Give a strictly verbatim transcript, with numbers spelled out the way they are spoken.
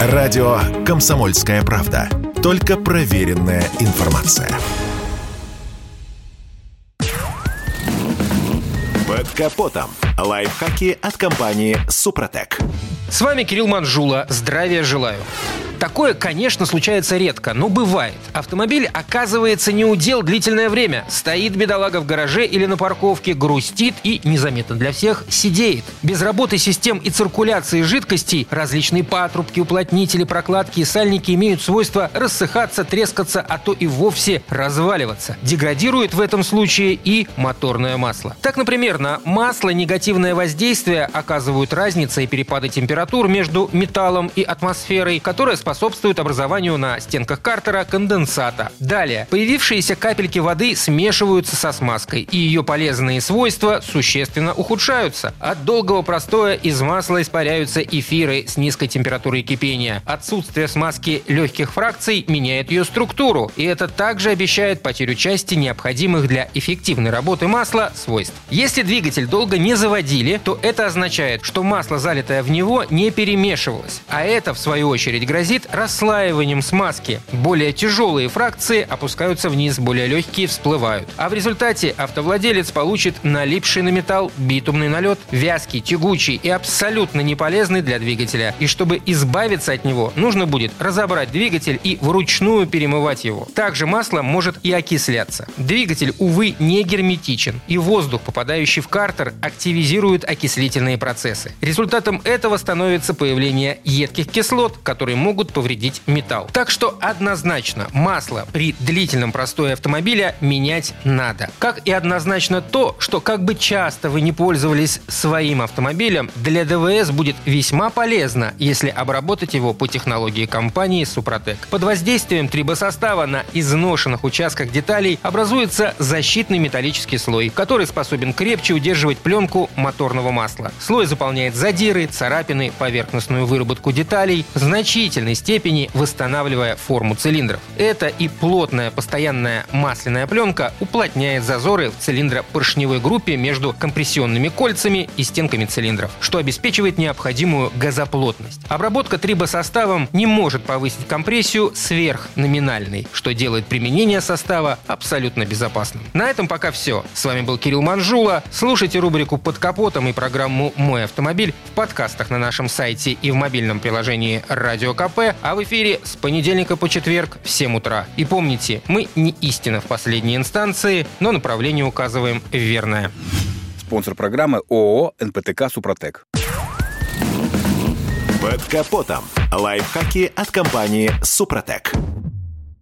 Радио «Комсомольская правда». Только проверенная информация. Под капотом. Лайфхаки от компании «Супротек». С вами Кирилл Манжула. Здравия желаю. Такое, конечно, случается редко, но бывает. Автомобиль оказывается неудел длительное время. Стоит бедолага в гараже или на парковке, грустит и, незаметно для всех, сидеет. Без работы систем и циркуляции жидкостей различные патрубки, уплотнители, прокладки и сальники имеют свойство рассыхаться, трескаться, а то и вовсе разваливаться. Деградирует в этом случае и моторное масло. Так, например, на масло негативное воздействие оказывают разница и перепады температур между металлом и атмосферой, которая способствует способствует образованию на стенках картера конденсата. Далее, появившиеся капельки воды смешиваются со смазкой, и ее полезные свойства существенно ухудшаются. От долгого простоя из масла испаряются эфиры с низкой температурой кипения. Отсутствие смазки легких фракций меняет ее структуру, и это также обещает потерю части необходимых для эффективной работы масла свойств. Если двигатель долго не заводили, то это означает, что масло, залитое в него, не перемешивалось, а это, в свою очередь, грозит расслаиванием смазки. Более тяжелые фракции опускаются вниз, более легкие всплывают. А в результате автовладелец получит налипший на металл битумный налет, вязкий, тягучий и абсолютно неполезный для двигателя. И чтобы избавиться от него, нужно будет разобрать двигатель и вручную перемывать его. Также масло может и окисляться. Двигатель, увы, не герметичен, и воздух, попадающий в картер, активизирует окислительные процессы. Результатом этого становится появление едких кислот, которые могут повредить металл. Так что однозначно масло при длительном простое автомобиля менять надо. Как и однозначно то, что как бы часто вы не пользовались своим автомобилем, для ДВС будет весьма полезно, если обработать его по технологии компании «Супротек». Под воздействием трибосостава на изношенных участках деталей образуется защитный металлический слой, который способен крепче удерживать пленку моторного масла. Слой заполняет задиры, царапины, поверхностную выработку деталей, в значительной степени восстанавливая форму цилиндров. Это и плотная постоянная масляная пленка уплотняет зазоры в цилиндропоршневой группе между компрессионными кольцами и стенками цилиндров, что обеспечивает необходимую газоплотность. Обработка трибосоставом не может повысить компрессию сверх номинальной, что делает применение состава абсолютно безопасным. На этом пока все. С вами был Кирилл Манжула. Слушайте рубрику «Под капотом» и программу «Мой автомобиль» в подкастах на нашем сайте и в мобильном приложении «Радио КП», а в эфире с понедельника по четверг в семь утра. И помните, мы не истина в последней инстанции, но направление указываем верное. Спонсор программы ООО «эн пэ тэ ка Супротек». Под капотом. Лайфхаки от компании «Супротек».